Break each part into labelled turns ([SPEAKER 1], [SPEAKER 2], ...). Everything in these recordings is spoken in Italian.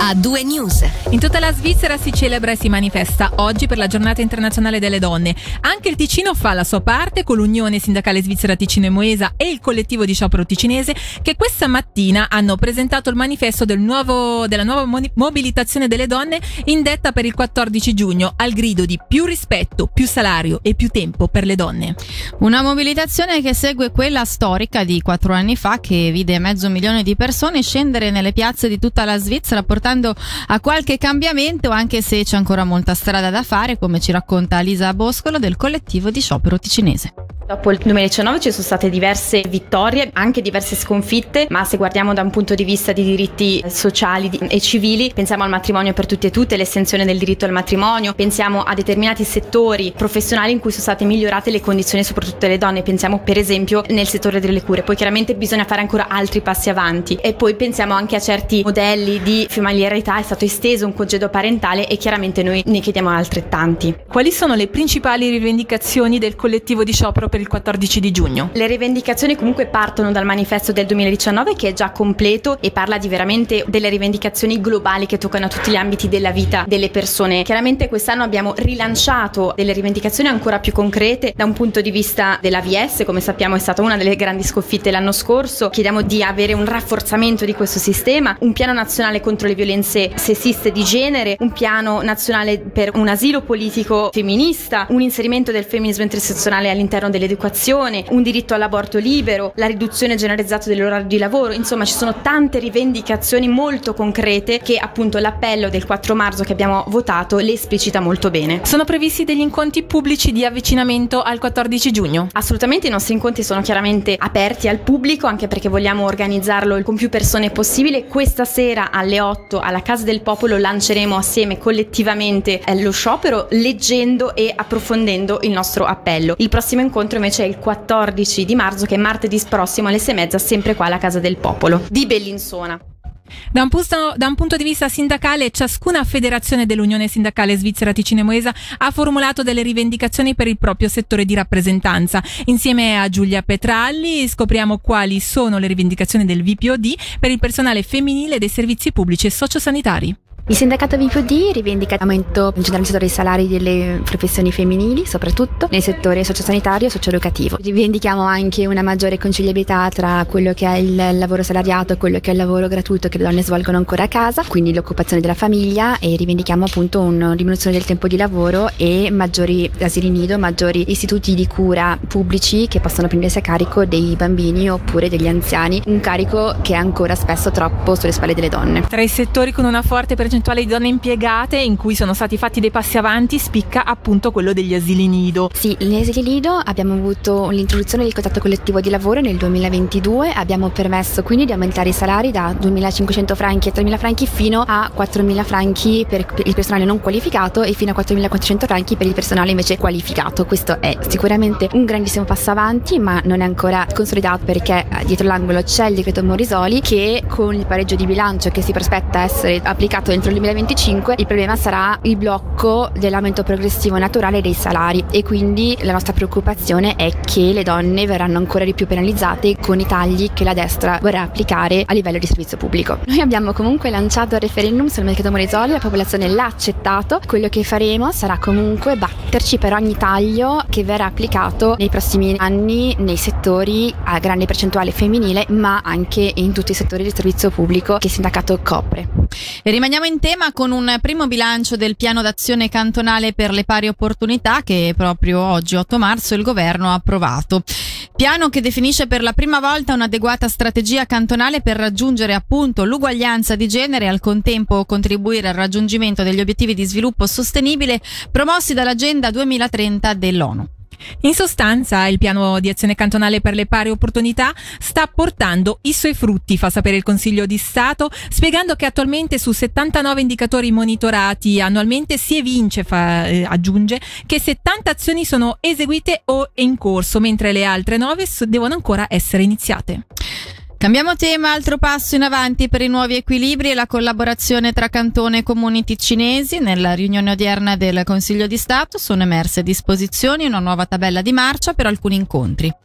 [SPEAKER 1] A2 News.
[SPEAKER 2] In tutta la Svizzera si celebra e si manifesta oggi per la Giornata Internazionale delle Donne. Anche il Ticino fa la sua parte con l'Unione Sindacale Svizzera Ticino e Moesa e il collettivo di sciopero ticinese, che questa mattina hanno presentato il manifesto della nuova mobilitazione delle donne indetta per il 14 giugno al grido di più rispetto, più salario e più tempo per le donne.
[SPEAKER 3] Una mobilitazione che segue quella storica di 4 anni fa, che vide 500.000 di persone scendere nelle piazze di tutta la Svizzera portando a qualche cambiamento, anche se c'è ancora molta strada da fare, come ci racconta Lisa Boscolo del collettivo di sciopero ticinese.
[SPEAKER 4] Dopo il 2019 ci sono state diverse vittorie, anche diverse sconfitte, ma se guardiamo da un punto di vista di diritti sociali e civili, pensiamo al matrimonio per tutti e tutte, l'estensione del diritto al matrimonio, pensiamo a determinati settori professionali in cui sono state migliorate le condizioni soprattutto delle donne, pensiamo per esempio nel settore delle cure. Poi chiaramente bisogna fare ancora altri passi avanti e poi pensiamo anche a certi modelli di familiarità, è stato esteso un congedo parentale e chiaramente noi ne chiediamo altrettanti.
[SPEAKER 2] Quali sono le principali rivendicazioni del collettivo di sciopero per il 14 di giugno?
[SPEAKER 4] Le rivendicazioni comunque partono dal manifesto del 2019, che è già completo e parla di veramente delle rivendicazioni globali che toccano a tutti gli ambiti della vita delle persone. Chiaramente quest'anno abbiamo rilanciato delle rivendicazioni ancora più concrete da un punto di vista dell'AVS, come sappiamo è stata una delle grandi sconfitte l'anno scorso. Chiediamo di avere un rafforzamento di questo sistema, un piano nazionale contro le violenze sessiste di genere, un piano nazionale per un asilo politico femminista, un inserimento del femminismo intersezionale all'interno dell'educazione, un diritto all'aborto libero, la riduzione generalizzata dell'orario di lavoro. Insomma, ci sono tante rivendicazioni molto concrete che appunto l'appello del 4 marzo che abbiamo votato le esplicita molto bene.
[SPEAKER 2] Sono previsti degli incontri pubblici di avvicinamento al 14 giugno?
[SPEAKER 4] Assolutamente, i nostri incontri sono chiaramente aperti al pubblico, anche perché vogliamo organizzarlo con più persone possibile. Questa sera alle 8 alla Casa del Popolo lanceremo assieme collettivamente lo sciopero, leggendo e approfondendo il nostro appello. Il prossimo incontro invece è il 14 di marzo, che è martedì prossimo alle 6:30, sempre qua alla Casa del Popolo di Bellinzona.
[SPEAKER 2] Da un punto di vista sindacale, ciascuna federazione dell'Unione Sindacale Svizzera Ticino e Moesa ha formulato delle rivendicazioni per il proprio settore di rappresentanza. Insieme a Giulia Petralli scopriamo quali sono le rivendicazioni del VPOD per il personale femminile dei servizi pubblici e sociosanitari.
[SPEAKER 5] Il sindacato VPOD rivendica aumento in generale dei salari delle professioni femminili, soprattutto nel settore sociosanitario e socioeducativo. Rivendichiamo anche una maggiore conciliabilità tra quello che è il lavoro salariato e quello che è il lavoro gratuito che le donne svolgono ancora a casa, quindi l'occupazione della famiglia, e rivendichiamo appunto una diminuzione del tempo di lavoro e maggiori asili nido, maggiori istituti di cura pubblici che possono prendersi a carico dei bambini oppure degli anziani, un carico che è ancora spesso troppo sulle spalle delle donne.
[SPEAKER 2] Tra i settori con una forte percentuale di donne impiegate in cui sono stati fatti dei passi avanti spicca appunto quello degli asili nido.
[SPEAKER 5] Sì, negli asili nido abbiamo avuto l'introduzione del contratto collettivo di lavoro nel 2022, abbiamo permesso quindi di aumentare i salari da 2.500 franchi a 3.000 franchi fino a 4.000 franchi per il personale non qualificato e fino a 4.400 franchi per il personale invece qualificato. Questo è sicuramente un grandissimo passo avanti, ma non è ancora consolidato perché dietro l'angolo c'è il decreto Morisoli, che con il pareggio di bilancio che si prospetta essere applicato entro il 2025, il problema sarà il blocco dell'aumento progressivo naturale dei salari, e quindi la nostra preoccupazione è che le donne verranno ancora di più penalizzate con i tagli che la destra vorrà applicare a livello di servizio pubblico. Noi abbiamo comunque lanciato il referendum sul decreto Morisoli, la popolazione l'ha accettato. Quello che faremo sarà comunque batterci per ogni taglio che verrà applicato nei prossimi anni nei settori a grande percentuale femminile, ma anche in tutti i settori di servizio pubblico che il sindacato copre.
[SPEAKER 3] E rimaniamo in tema con un primo bilancio del piano d'azione cantonale per le pari opportunità che proprio oggi 8 marzo il governo ha approvato. Piano che definisce per la prima volta un'adeguata strategia cantonale per raggiungere appunto l'uguaglianza di genere e al contempo contribuire al raggiungimento degli obiettivi di sviluppo sostenibile promossi dall'Agenda 2030 dell'ONU.
[SPEAKER 2] In sostanza, il piano di azione cantonale per le pari opportunità sta portando i suoi frutti, fa sapere il Consiglio di Stato, spiegando che attualmente su 79 indicatori monitorati annualmente si evince, aggiunge, che 70 azioni sono eseguite o in corso, mentre le altre 9 devono ancora essere iniziate.
[SPEAKER 3] Cambiamo tema, altro passo in avanti per i nuovi equilibri e la collaborazione tra cantone e comuni ticinesi. Nella riunione odierna del Consiglio di Stato sono emerse disposizioni e una nuova tabella di marcia per alcuni incontri.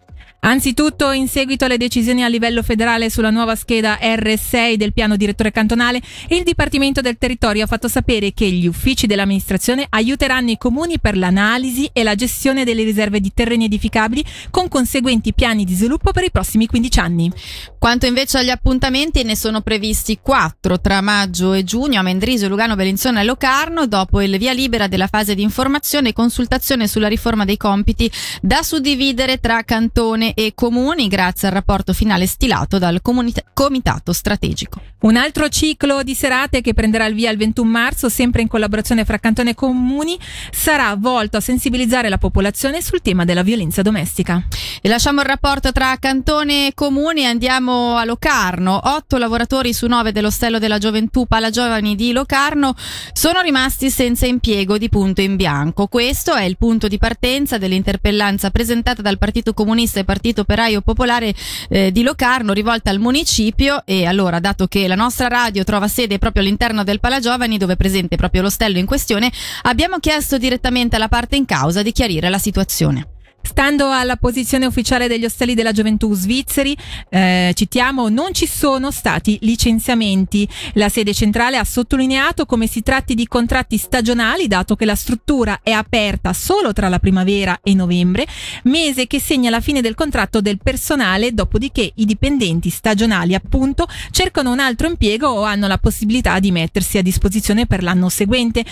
[SPEAKER 2] Anzitutto, in seguito alle decisioni a livello federale sulla nuova scheda R6 del piano direttore cantonale, il Dipartimento del Territorio ha fatto sapere che gli uffici dell'amministrazione aiuteranno i comuni per l'analisi e la gestione delle riserve di terreni edificabili con conseguenti piani di sviluppo per i prossimi 15 anni.
[SPEAKER 3] Quanto invece agli appuntamenti, ne sono previsti 4 tra maggio e giugno a Mendrisio, Lugano, Bellinzona e Locarno, dopo il via libera della fase di informazione e consultazione sulla riforma dei compiti da suddividere tra cantone e comuni, grazie al rapporto finale stilato dal comitato strategico.
[SPEAKER 2] Un altro ciclo di serate che prenderà il via il 21 marzo, sempre in collaborazione fra cantone e comuni, sarà volto a sensibilizzare la popolazione sul tema della violenza domestica.
[SPEAKER 3] E lasciamo il rapporto tra cantone e comuni e andiamo a Locarno. 8 lavoratori su 9 dell'Ostello della Gioventù Palagiovani di Locarno sono rimasti senza impiego di punto in bianco. Questo è il punto di partenza dell'interpellanza presentata dal Partito Comunista e Partito Operaio Popolare di Locarno, rivolta al municipio. E allora, dato che la nostra radio trova sede proprio all'interno del Palagiovani, dove è presente proprio l'ostello in questione, abbiamo chiesto direttamente alla parte in causa di chiarire la situazione.
[SPEAKER 2] Stando alla posizione ufficiale degli ostelli della gioventù svizzeri, citiamo, non ci sono stati licenziamenti. La sede centrale ha sottolineato come si tratti di contratti stagionali, dato che la struttura è aperta solo tra la primavera e novembre, mese che segna la fine del contratto del personale, dopodiché i dipendenti stagionali, appunto, cercano un altro impiego o hanno la possibilità di mettersi a disposizione per l'anno seguente,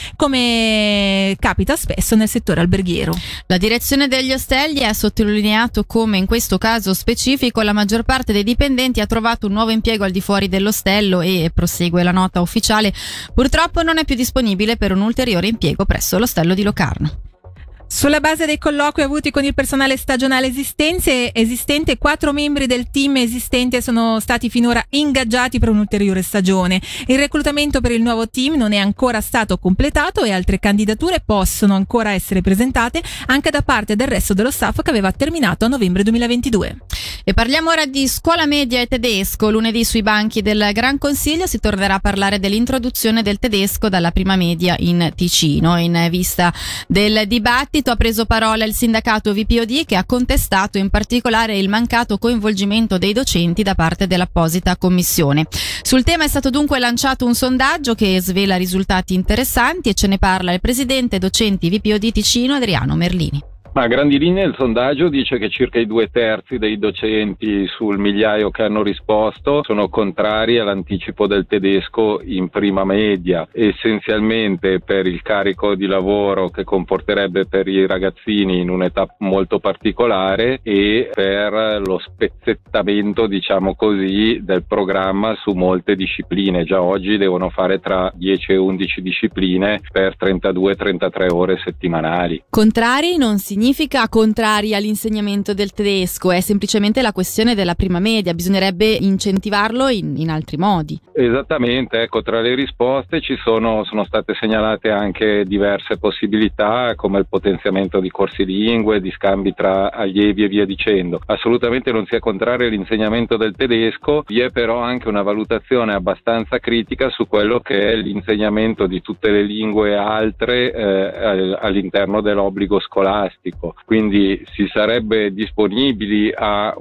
[SPEAKER 2] come capita spesso nel settore alberghiero.
[SPEAKER 3] La direzione degli ostelli ha sottolineato come in questo caso specifico la maggior parte dei dipendenti ha trovato un nuovo impiego al di fuori dell'ostello e, prosegue la nota ufficiale, purtroppo non è più disponibile per un ulteriore impiego presso l'ostello di Locarno.
[SPEAKER 2] Sulla base dei colloqui avuti con il personale stagionale esistente, 4 membri del team esistente sono stati finora ingaggiati per un'ulteriore stagione. Il reclutamento per il nuovo team non è ancora stato completato e altre candidature possono ancora essere presentate anche da parte del resto dello staff che aveva terminato a novembre 2022.
[SPEAKER 3] E parliamo ora di scuola media e tedesco. Lunedì sui banchi del Gran Consiglio si tornerà a parlare dell'introduzione del tedesco dalla prima media in Ticino. In vista del dibattito ha preso parola il sindacato VPOD, che ha contestato in particolare il mancato coinvolgimento dei docenti da parte dell'apposita commissione. Sul tema è stato dunque lanciato un sondaggio che svela risultati interessanti e ce ne parla il presidente docenti VPOD Ticino, Adriano Merlini.
[SPEAKER 1] Ma a grandi linee il sondaggio dice che circa i 2/3 dei docenti sul migliaio che hanno risposto sono contrari all'anticipo del tedesco in prima media, essenzialmente per il carico di lavoro che comporterebbe per i ragazzini in un'età molto particolare e per lo spezzettamento, diciamo così, del programma su molte discipline. Già oggi devono fare tra 10 e 11 discipline per 32-33 ore settimanali.
[SPEAKER 3] Contrari non significa contrari all'insegnamento del tedesco, è semplicemente la questione della prima media, bisognerebbe incentivarlo in altri modi.
[SPEAKER 1] Esattamente, ecco, tra le risposte sono state segnalate anche diverse possibilità, come il potenziamento di corsi di lingue, di scambi tra allievi e via dicendo. Assolutamente non si è contrari all'insegnamento del tedesco, vi è però anche una valutazione abbastanza critica su quello che è l'insegnamento di tutte le lingue altre all'interno dell'obbligo scolastico. Quindi si sarebbe disponibili a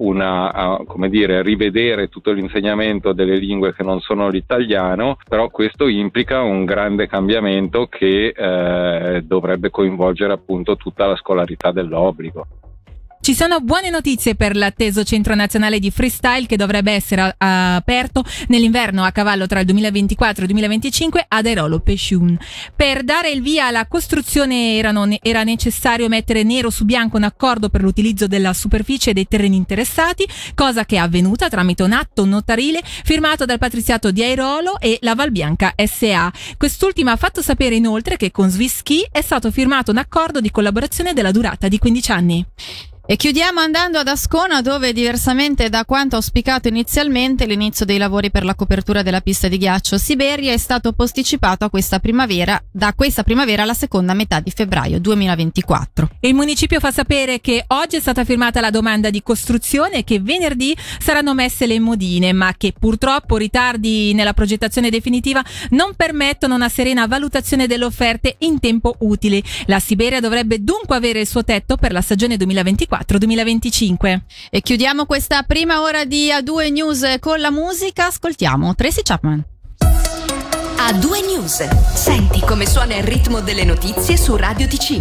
[SPEAKER 1] rivedere tutto l'insegnamento delle lingue che non sono l'italiano, però questo implica un grande cambiamento che dovrebbe coinvolgere appunto tutta la scolarità dell'obbligo.
[SPEAKER 2] Ci sono buone notizie per l'atteso centro nazionale di freestyle che dovrebbe essere aperto nell'inverno a cavallo tra il 2024 e il 2025 ad Airolo-Pesciun. Per dare il via alla costruzione era necessario mettere nero su bianco un accordo per l'utilizzo della superficie dei terreni interessati, cosa che è avvenuta tramite un atto notarile firmato dal patriziato di Airolo e la Valbianca SA. Quest'ultima ha fatto sapere inoltre che con Swisski è stato firmato un accordo di collaborazione della durata di 15 anni.
[SPEAKER 3] E chiudiamo andando ad Ascona, dove diversamente da quanto auspicato inizialmente l'inizio dei lavori per la copertura della pista di ghiaccio Siberia è stato posticipato da questa primavera alla seconda metà di febbraio 2024.
[SPEAKER 2] Il municipio fa sapere che oggi è stata firmata la domanda di costruzione e che venerdì saranno messe le modine, ma che purtroppo ritardi nella progettazione definitiva non permettono una serena valutazione delle offerte in tempo utile. La Siberia dovrebbe dunque avere il suo tetto per la stagione 2024 2024-2025.
[SPEAKER 3] E chiudiamo questa prima ora di A2 News con la musica. Ascoltiamo Tracy Chapman.
[SPEAKER 6] A2 News. Senti come suona il ritmo delle notizie su Radio Ticino.